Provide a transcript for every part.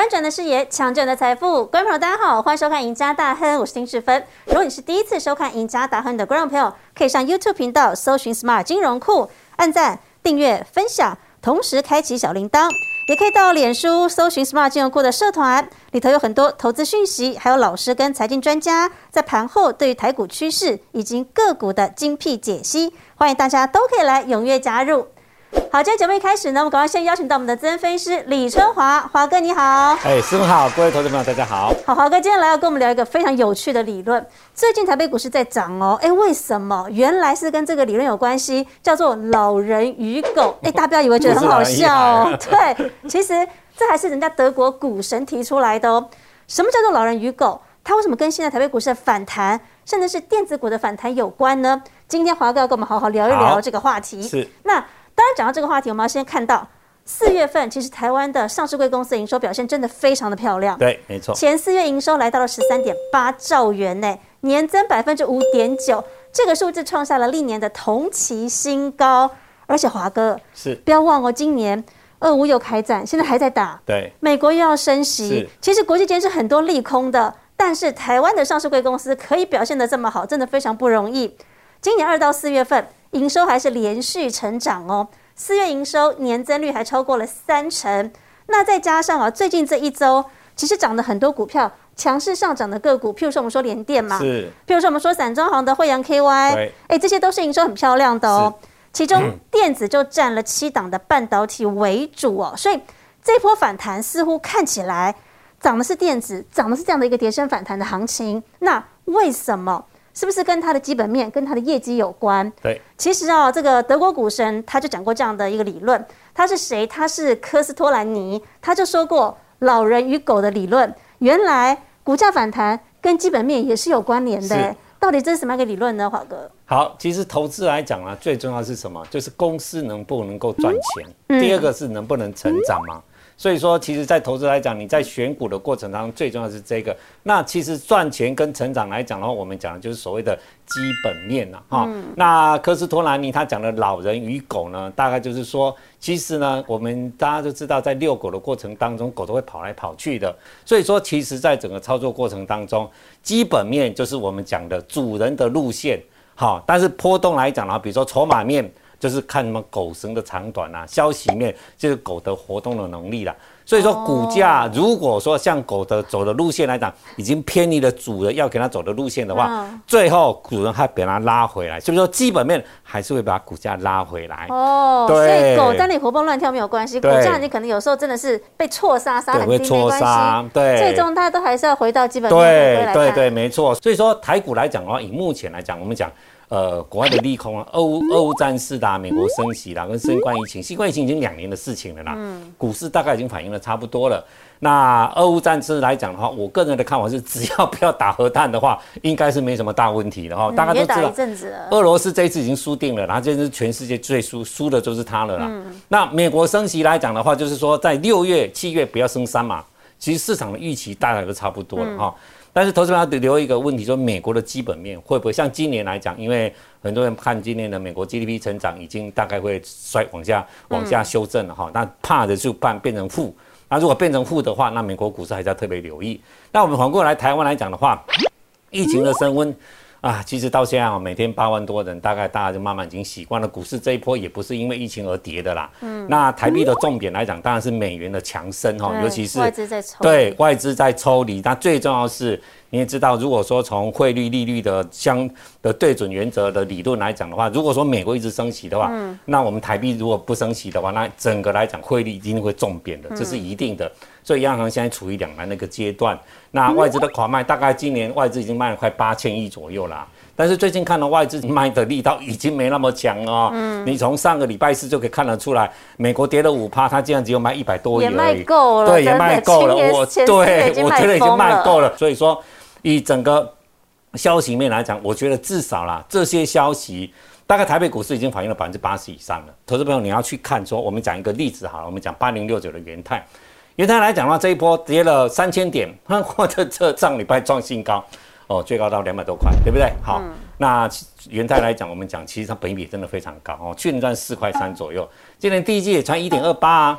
翻转的视野，抢救你的财富。观众朋友，大家好，欢迎收看《赢家大亨》，我是丁世芬。如果你是第一次收看《赢家大亨》的观众朋友，可以上 YouTube 频道搜寻 Smart 金融库，按赞、订阅、分享，同时开启小铃铛。也可以到脸书搜寻 Smart 金融库的社团，里头有很多投资讯息，还有老师跟财经专家在盘后对于台股趋势以及个股的精辟解析，欢迎大家都可以来踊跃加入。好，今天节目一开始呢，我们赶快先邀请到我们的资深分析师李春华，华哥你好。 师傅好，各位投资朋友大家好。 好，华哥今天来要跟我们聊一个非常有趣的理论。最近台北股市在涨哦，为什么？原来是跟这个理论有关系，叫做老人与狗。大家不要以为觉得很好笑哦，对，其实这还是人家德国股神提出来的哦。什么叫做老人与狗？它为什么跟现在台北股市的反弹，甚至是电子股的反弹有关呢？今天华哥要跟我们好好聊一聊这个话题。 是， 那当然讲到这个话题，我们要先看到4月份，其实台湾的上市柜公司营收表现真的非常的漂亮。 对，没错。 前4月营收来到了13.8兆元呢，年增5.9%，这个数字创下了历年的同期新高。而且华哥是不要忘哦，今年俄乌又开战，现在还在打。 对， 美国又要升息，其实国际间是很多利空的，但是台湾的上市柜公司可以表现得这么好，真的非常不容易。今年2到4月份营收还是连续成长哦，4月营收年增率还超过了30%。那再加上最近这一周其实涨了很多股票，强势上涨的个股，譬如说我们说联电嘛， 是， 譬如说我们说散装行的慧洋 KY， 这些都是营收很漂亮的哦。其中电子就占了7档的半导体为主哦，所以这波反弹似乎看起来涨的是电子，涨的是这样的一个跌升反弹的行情。那为什么？是不是跟它的基本面、跟它的业绩有关？ 对， 其实这个德国股神他就讲过这样的一个理论。他是谁？他是科斯托兰尼，他就说过老人与狗的理论。原来股价反弹跟基本面也是有关联的。到底这是什么样一个理论呢，华哥？ 好，其实投资来讲呢，最重要是什么？就是公司能不能够赚钱。第二个是能不能成长嘛。所以说，其实，在投资来讲，你在选股的过程当中，最重要是这个。那其实赚钱跟成长来讲的话，我们讲的就是所谓的基本面呐，那科斯托兰尼他讲的老人与狗呢，大概就是说，其实呢，我们大家都知道，在遛狗的过程当中，狗都会跑来跑去的。所以说，其实在整个操作过程当中，基本面就是我们讲的主人的路线，但是波动来讲呢，比如说筹码面。就是看什么狗绳的长短啊，消息面就是狗的活动的能力啦。所以说股价如果说像狗的走的路线来讲，已经偏离了主人要给它走的路线的话，最后主人还把它拉回来，所以说基本面还是会把股价拉回来。 对，所以狗在那里活蹦乱跳没有关系，股价你可能有时候真的是被错杀很低没关系，对，最终它都还是要回到基本面。 对，没错。所以说台股来讲的话，以目前来讲，我们讲。国外的利空啊，俄乌战事啦，美国升息啦，跟新冠疫情已经2年的事情了啦。股市大概已经反映的差不多了。那俄乌战事来讲的话，我个人的看法是，只要不要打核弹的话，应该是没什么大问题的哈。大家都知道，俄罗斯这一次已经输定了，然后这是全世界最输的就是他了啦。那美国升息来讲的话，就是说在6月、7月不要升3嘛，其实市场的预期大概都差不多了哈。但是投资人要留一个问题，说美国的基本面会不会像今年来讲，因为很多人看今年的美国 GDP 成长已经大概会往下修正了哈，那怕的就变成负，那如果变成负的话，那美国股市还是要特别留意。那我们反过来台湾来讲的话，疫情的升温。其实到现在每天8万多人，大家就慢慢已经习惯了。股市这一波也不是因为疫情而跌的啦。那台币的重点来讲，当然是美元的强升尤其是外资在抽。 对，外资在抽离。那最重要的是，你也知道，如果说从汇率、利率的对准原则的理论来讲的话，如果说美国一直升息的话，那我们台币如果不升息的话，那整个来讲汇率一定会重贬的，这是一定的。所以央行现在处于两难的一个阶段。那外资的狂卖，大概今年外资已经卖了快8000亿左右啦。但是最近看到外资卖的力道已经没那么强了你从上个礼拜四就可以看得出来，美国跌了5%，它竟然只有卖100多亿而已， 也卖够了， 对，也卖够了。我觉得已经卖够了。所以说，以整个消息面来讲，我觉得至少啦，这些消息大概台北股市已经反映了80%以上了。投资朋友，你要去看说，我们讲一个例子好了，我们讲8069的元泰。元泰来讲的话，这一波跌了3000点，或者这上礼拜创新高，最高到200多块，对不对？好，那元泰来讲，我们讲其实它本益比真的非常高去年赚4.3块左右，今年第一季也赚1.28啊。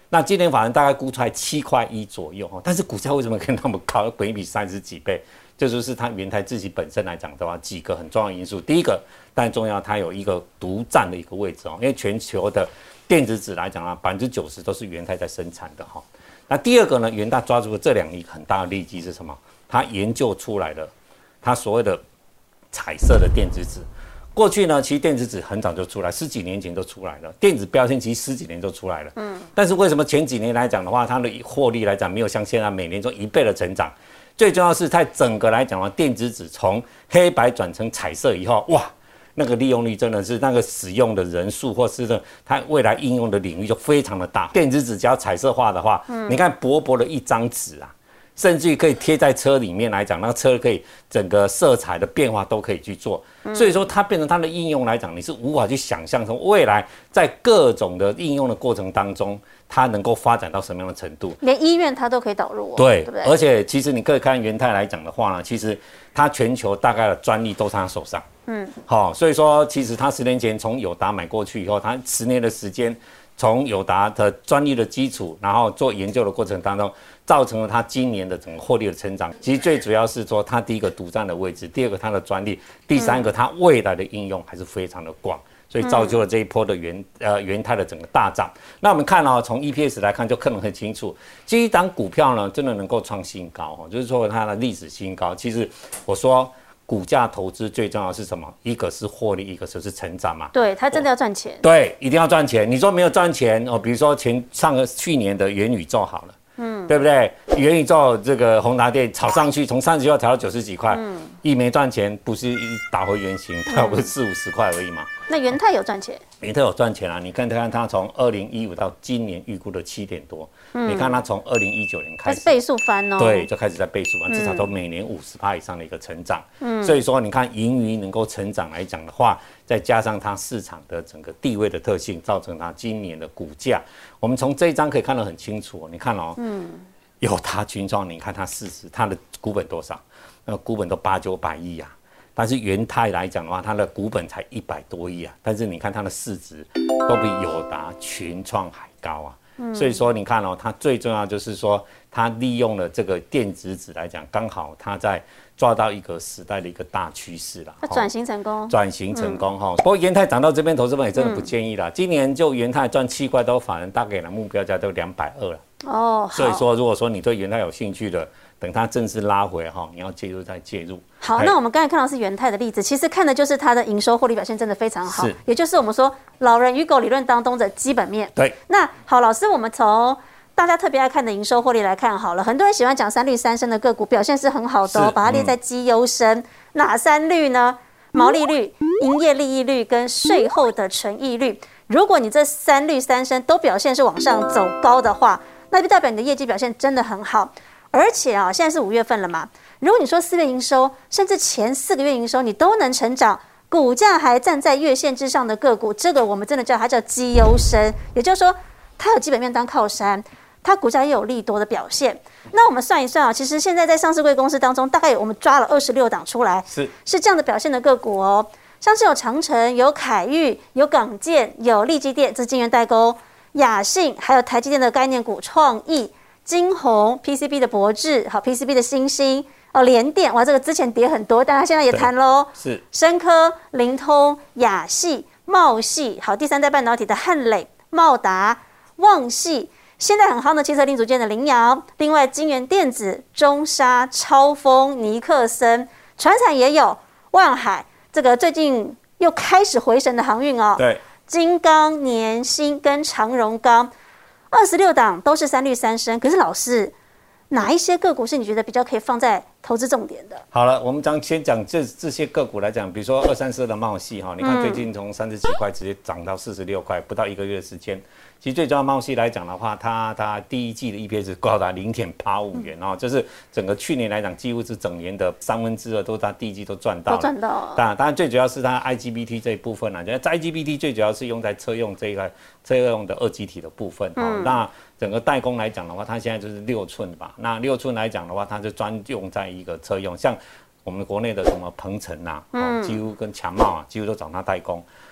那今年法人大概估出来7.1块左右，但是股价为什么可以那么高，本益比30几倍？这就是它元泰自己本身来讲的话，几个很重要的因素。第一个，当然重要，它有一个独占的一个位置哦，因为全球的电子纸来讲啊，90%都是元泰在生产的哈。那第二个呢，元泰抓住了这2个很大的利基是什么？它研究出来的，它所谓的彩色的电子纸。过去呢，其实电子纸很早就出来，10几年前就出来了。电子标签其实10几年就出来了。但是为什么前几年来讲的话，它的获利来讲没有像现在每年中1倍的成长？最重要是在整个来讲的话，电子纸从黑白转成彩色以后，哇，那个利用率真的是那个使用的人数，或是呢它未来应用的领域就非常的大。电子纸只要彩色化的话，你看薄薄的一张纸啊，甚至于可以贴在车里面来讲，那个车可以整个色彩的变化都可以去做。所以说它变成它的应用来讲，你是无法去想象从未来在各种的应用的过程当中，它能够发展到什么样的程度？ 连医院它都可以导入哦， 对， 对不对？ 而且其实你可以看元泰来讲的话呢，其实它全球大概的专利都在它手上。好，所以说其实它10年前从友达买过去以后，它10年的时间，从友达的专利的基础，然后做研究的过程当中，造成了它今年的整个获利的成长。其实最主要是说它第一个独占的位置，第二个它的专利，第三个它未来的应用还是非常的广。所以造就了这一波的元泰的整个大涨。那我们看哦，从 EPS 来看就看得很清楚，这一档股票呢真的能够创新高哦，就是说它的历史新高。其实我说股价投资最重要的是什么？一个是获利，一个就是成长嘛。 对，它真的要赚钱。 对，一定要赚钱。你说没有赚钱哦，比如说去年的元宇宙好了。对不对？元宇宙这个宏达电炒上去，从30块炒到90几块，一没赚钱，不是一打回原形，它不是40、50块而已嘛？ 那元泰有赚钱？ 元泰有赚钱啊！你看它从2015到今年预估的7点多，你看它从2019年开始， 它是倍数翻哦， 对，就开始在倍数翻，至少都每年50%以上的一个成长。所以说你看盈余能够成长来讲的话，再加上它市场的整个地位的特性，造成它今年的股价，我们从这一张可以看得很清楚哦。你看哦，友达群创，你看它它的股本多少？那股本都8、900亿啊。但是元泰来讲的话，它的股本才100多亿啊，但是你看它的市值都比友达、群创还高啊。所以说你看哦，它最重要就是说，它利用了这个电子纸来讲，刚好它在抓到一个时代的一个大趋势了。 它转型成功， 转型成功哈。不过元泰涨到这边，投资者也真的不建议啦。今年就元泰赚7块多，法人大概的目标价都220了。 哦， 所以说如果说你对元泰有兴趣的，等它正式拉回哈，你要介入再介入。 好，那我们刚才看到是元泰的例子，其实看的就是它的营收获利表现真的非常好，也就是我们说老人与狗理论当中的基本面。 对。 那好，老师，我们从大家特别爱看的营收获利来看好了，很多人喜欢讲3率3升的个股表现是很好的哦，把它列在绩优生。哪3率呢？毛利率、营业利益率跟税后的纯益率。如果你这3率3升都表现是往上走高的话，那就代表你的业绩表现真的很好。而且啊，现在是5月份了嘛，如果你说4月营收，甚至前4个月营收你都能成长，股价还站在月线之上的个股，这个我们真的叫它叫绩优生，也就是说它有基本面当靠山，它股价也有利多的表现。那我们算一算啊，其实现在在上市柜公司当中，大概我们抓了26档出来，是这样的表现的个股哦，像是有长城、有凯域、有港建、有力积电，这是晶圆代工，雅信，还有台积电的概念股创意。金鸿 PCB 的博智，好 PCB 的新兴哦，联电，哇，这个之前跌很多，但它现在也弹喽。 是深科、灵通、亚系、茂系，好，第3代半导体的汉磊、茂达、旺系，现在很夯的汽车零组件的凌阳，另外晶圆电子、中砂、超丰、尼克森，传产也有万海，这个最近又开始回神的航运哦。 对， 金刚、年兴跟长荣钢。26档都是3率3升，可是老师，哪一些个股是你觉得比较可以放在投资重点的？ 好了，我们先讲这些个股来讲，比如说234的茂系哈，你看最近从30几块直接涨到46块，不到1个月的时间。其实最重要茂系来讲的话，它第一季的 EPS 高达0.85元哦，就是整个去年来讲，几乎是整年的2/3都它第一季都赚到了。 赚到。 当然最主要是它 IGBT 这一部分啦，IGBT 最主要是用在车用这一个车用的2极体的部分哦。那整个代工来讲的话，它现在就是6寸吧。那6寸来讲的话，它就专用在一个车用，像我们国内的什么鹏程啊，几乎跟强茂啊，几乎都找它代工。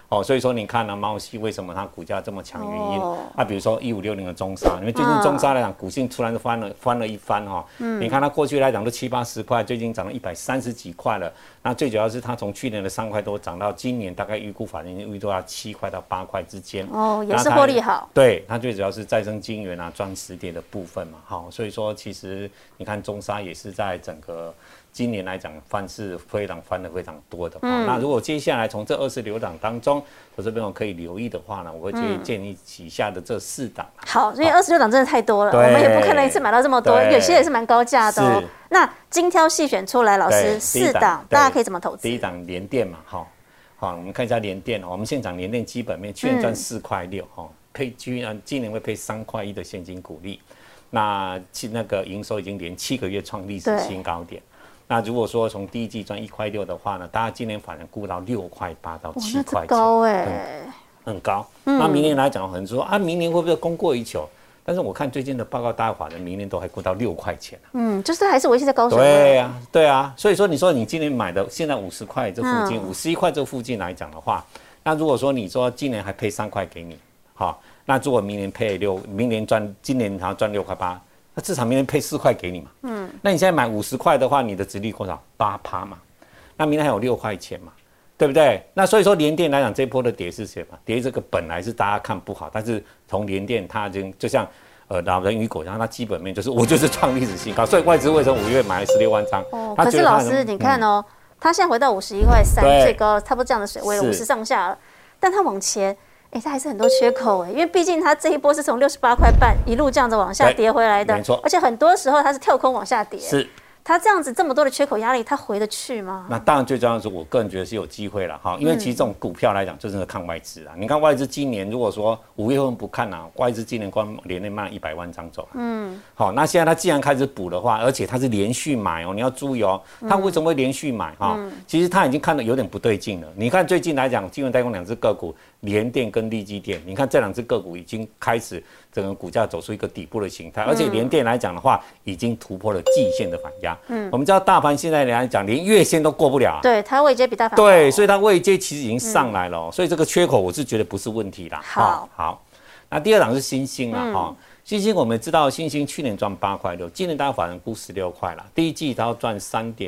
所以说你看茂系为什么它股价这么强原因比如说1560的中砂，因为最近中砂来讲股性突然就翻了一番你看它过去来讲都70、80块，最近涨到130几块了。那最主要是它从去年的3块多涨到今年大概预估法人预估到7块到8块之间。 也是获利好。对， 它最主要是再生晶圆赚实点的部分嘛。所以说其实你看中砂也是在整个今年来讲翻是翻的非常多的。那如果接下来从这26档当中，我这边可以留意的话呢，我会建议旗下的这4档。 好，因为26档真的太多了，我们也不可能一次买到这么多，有些也是蛮高价的那精挑细选出来，老师4档大家可以怎么投资？ 第一档联电嘛，好，我们看一下联电我们先讲联电基本面，去年赚4块6今年会配3块1的现金股利，那个营收已经连7个月创历史新高点。那如果说从第一季赚1块6的话呢，大家今年反而估到6块8到7块钱， 高很高。那明年来讲，很多人说明年会不会供过于求？但是我看最近的报告，大法人明年都还估到6块钱就是还是维持在高水位。对啊。所以说你说你今年买的现在50块这附近，51块这附近来讲的话，那如果说你说今年还配3块给你，那如果明年配明年今年好像赚6块8。那至少明年配4块给你嘛，那你现在买50块的话，你的殖利率多少？8%嘛，那明年还有6块钱嘛，对不对？那所以说联电来讲，这一波的跌是谁嘛？跌这个本来是大家看不好，但是从联电它就像老人与狗一样，它基本面就是我就是创历史新高，所以外资为什么5月买了16万张？ 可是老师你看它现在回到51块3，最高差不多这样的水位了，50上下了，但它往前。它还是很多缺口因为毕竟它这一波是从68块半一路这样子往下跌回来的， 没错， 而且很多时候它是跳空往下跌。 是。 它这样子这么多的缺口压力，它回得去吗？ 那当然最重要的是，我个人觉得是有机会了因为其实这种股票来讲，就真的看外资你看外资今年如果说5月份不看外资今年光连内卖100万张走好，那现在它既然开始补的话，而且它是连续买你要注意它为什么会连续买其实它已经看得有点不对劲了。你看最近来讲，晶圆代工2只个股，联电跟力积电，你看这2只个股已经开始整个股价走出一个底部的形态，而且联电来讲的话，已经突破了季线的反压。我们知道大盘现在来讲，连月线都过不了对，它位阶比大盘对，所以它位阶其实已经上来了所以这个缺口我是觉得不是问题啦。 好， 那第2档是新兴啦新兴我们知道新兴去年赚8块6，今年大概法人估16块啦，第一季它要赚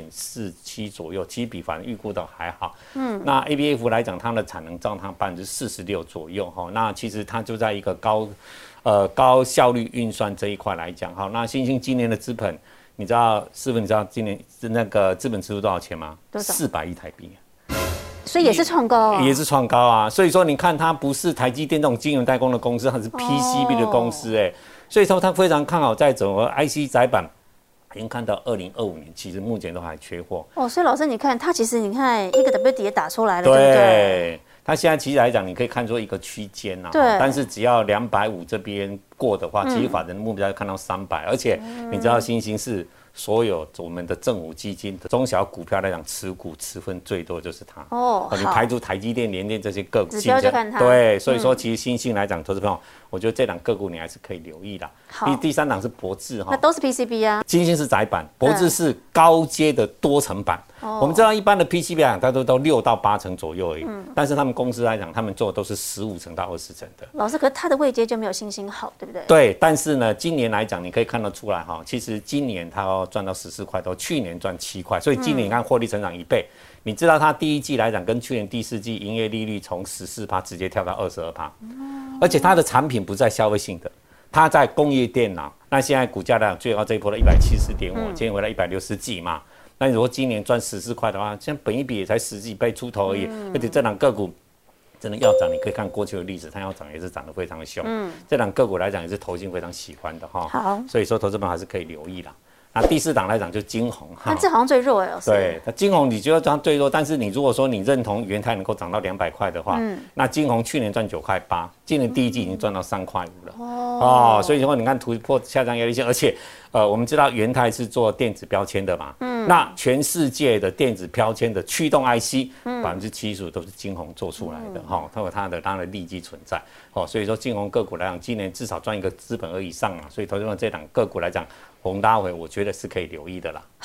3.47左右，其实比法人预估的还好。那 ABF 来讲，它的产能占它46%左右那其实它就在一个高效率运算这一块来讲那新兴今年的资本，你知道师傅，你知道今年那个资本支出多少钱吗？ 多少 ？400亿台币。 所以也是创高也是创高所以说你看它不是台积电这种晶圆代工的公司，它是 PCB 的公司所以说它非常看好在整个 IC 载板，已经看到2025年，其实目前都还缺货所以老师你看它其实你看一个 WD 也打出来了，对不对？ 它现在其实来讲，你可以看出一个区间对， 但是只要250这边过的话，其实法人的目标看到300，而且你知道新兴是所有我们的政府基金的中小股票来讲，持股持分最多就是它你排除台积电、联电这些个股， 指标就看它对，所以说其实新兴来讲，投资朋友，我觉得这档个股你还是可以留意的。第3档是博智那都是 PCB 新兴是载板，博智是高阶的多层板。我们知道一般的 PCB 来讲，它都6到8层左右而已，但是他们公司来讲，他们做的都是15层到20层的。 老师，可是它的位阶就没有新兴好，对不对？ 对，但是呢，今年来讲，你可以看得出来其实今年它要赚到14块多，去年赚7块，所以今年你看获利成长1倍。你知道它第一季来讲，跟去年第4季营业利率从14%直接跳到22%，而且它的产品不在消费性的，它在工业电脑。那现在股价来讲，最高这一波的170.5，今天回来160几嘛。那如果今年赚14块的话，现在本益比也才10几倍出头而已，而且这档个股真的要涨，你可以看过去的例子，它要涨也是涨得非常的凶。这档个股来讲也是投信非常喜欢的好， 所以说投资们还是可以留意啦。那第4档来讲就金鸿那这好像最弱对，它金鸿你觉得它最弱，但是你如果说你认同元泰能够涨到200块的话，那金鸿去年赚9块8，今年第一季已经赚到3块5了所以说你看突破下降压力线，而且我们知道元泰是做电子标签的嘛，那全世界的电子标签的驱动 IC 70%都是金鸿做出来的它有它的当然的利基存在所以说金鸿个股来讲，今年至少赚一个资本额以上嘛，所以投资者这档个股来讲，宏达微我觉得是可以留意的啦。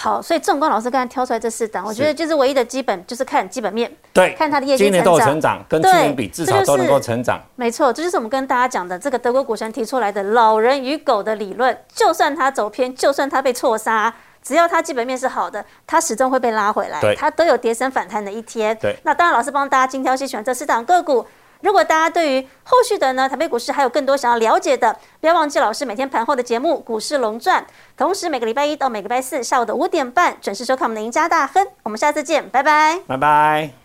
好，所以纵观老师刚才挑出来这4档，我觉得就是唯一的基本就是看基本面， 对， 看它的业绩今年都有成长，跟去年比至少都能够成长。 没错，这就是我们跟大家讲的这个德国股神提出来的老人与狗的理论，就算它走偏，就算它被错杀。只要它基本面是好的，它始终会被拉回来，它都有跌升反弹的一天。 对， 那当然，老师帮大家精挑细选这4档个股。如果大家对于后续的呢台北股市还有更多想要了解的，不要忘记老师每天盘后的节目《股市龙传》，同时每个礼拜1到每个礼拜4下午的5点半准时收看我们的赢家大亨。我们下次见，拜拜， 拜拜。